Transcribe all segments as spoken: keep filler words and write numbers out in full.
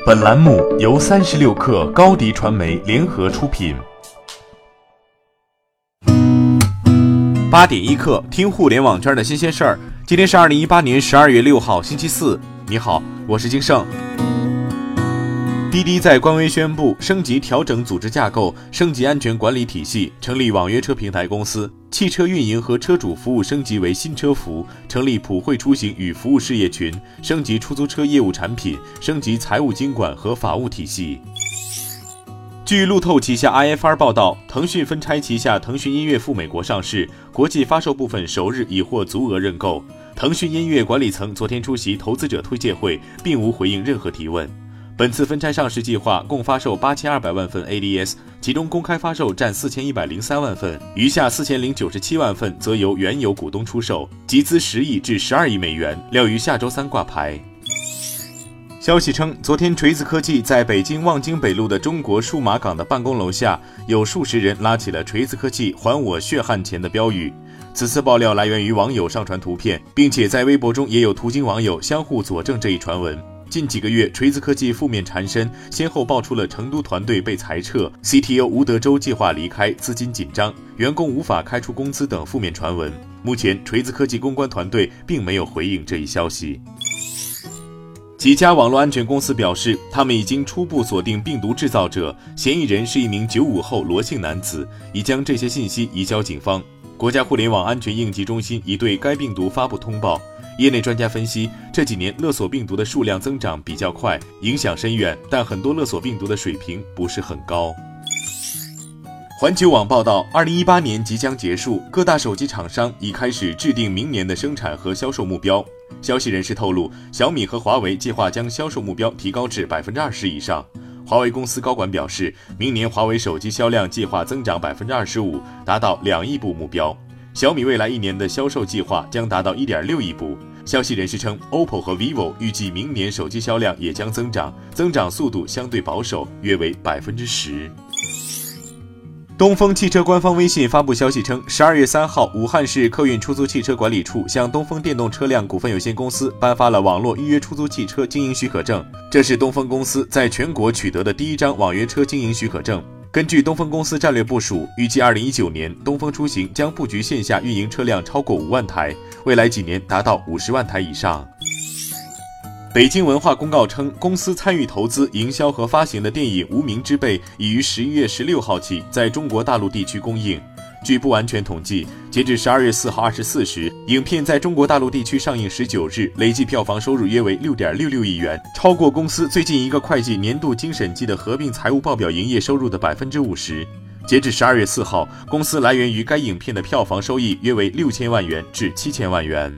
本栏目由三十六氪高迪传媒联合出品。 八点一刻，听互联网圈的新鲜事儿。今天是二零一八年十二月六号，星期四。你好，我是金盛。滴滴在官微宣布升级调整组织架构，升级安全管理体系，成立网约车平台公司，汽车运营和车主服务升级为新车服，成立普惠出行与服务事业群，升级出租车业务产品，升级财务经管和法务体系。据路透旗下 I F R 报道，腾讯分拆旗下腾讯音乐赴美国上市，国际发售部分首日已获足额认购。腾讯音乐管理层昨天出席投资者推介会，并无回应任何提问。本次分拆上市计划共发售八千二百万份 A D S， 其中公开发售占四千一百零三万份，余下四千零九十七万份则由原有股东出售，集资十亿至十二亿美元，料于下周三挂牌。消息称，昨天锤子科技在北京望京北路的中国数码港的办公楼下，有数十人拉起了锤子科技还我血汗钱的标语。此次爆料来源于网友上传图片，并且在微博中也有途经网友相互佐证这一传闻。近几个月，锤子科技负面缠身，先后爆出了成都团队被裁撤、C T O 吴德州计划离开、资金紧张、员工无法开出工资等负面传闻。目前，锤子科技公关团队并没有回应这一消息。几家网络安全公司表示，他们已经初步锁定病毒制造者，嫌疑人是一名九五后罗姓男子，已将这些信息移交警方。国家互联网安全应急中心已对该病毒发布通报。业内专家分析，这几年勒索病毒的数量增长比较快，影响深远，但很多勒索病毒的水平不是很高。环球网报道，二零一八年即将结束，各大手机厂商已开始制定明年的生产和销售目标。消息人士透露，小米和华为计划将销售目标提高至 百分之二十 以上。华为公司高管表示，明年华为手机销量计划增长 百分之二十五， 达到两亿部目标。小米未来一年的销售计划将达到 一点六亿部。消息人士称 O P P O 和 vivo 预计明年手机销量也将增长，增长速度相对保守，约为 百分之十。东风汽车官方微信发布消息称，十二月三号，武汉市客运出租汽车管理处向东风电动车辆股份有限公司颁发了网络预约出租汽车经营许可证，这是东风公司在全国取得的第一张网约车经营许可证。根据东风公司战略部署，预计二零一九年东风出行将布局线下运营车辆超过五万台，未来几年达到五十万台以上。北京文化公告称，公司参与投资、营销和发行的电影《无名之辈》已于十一月十六号起在中国大陆地区公映。据不完全统计，截至十二月四号二十四时，影片在中国大陆地区上映十九日，累计票房收入约为 六点六六亿元，超过公司最近一个会计年度经审计的合并财务报表营业收入的 百分之五十。截至十二月四号，公司来源于该影片的票房收益约为六千万元至七千万元。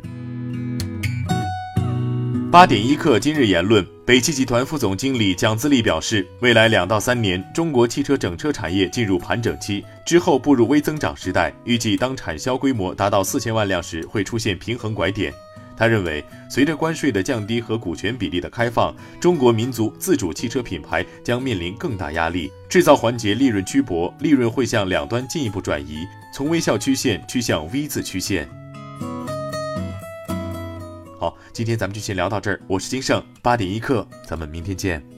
八点一刻今日言论，北汽集团副总经理蒋自力表示，未来两到三年，中国汽车整车产业进入盘整期，之后步入微增长时代，预计当产销规模达到四千万辆时，会出现平衡拐点。他认为，随着关税的降低和股权比例的开放，中国民族自主汽车品牌将面临更大压力，制造环节利润曲薄，利润会向两端进一步转移，从微笑曲线趋向 V 字曲线。好，今天咱们就先聊到这儿，我是金盛，八点一刻，咱们明天见。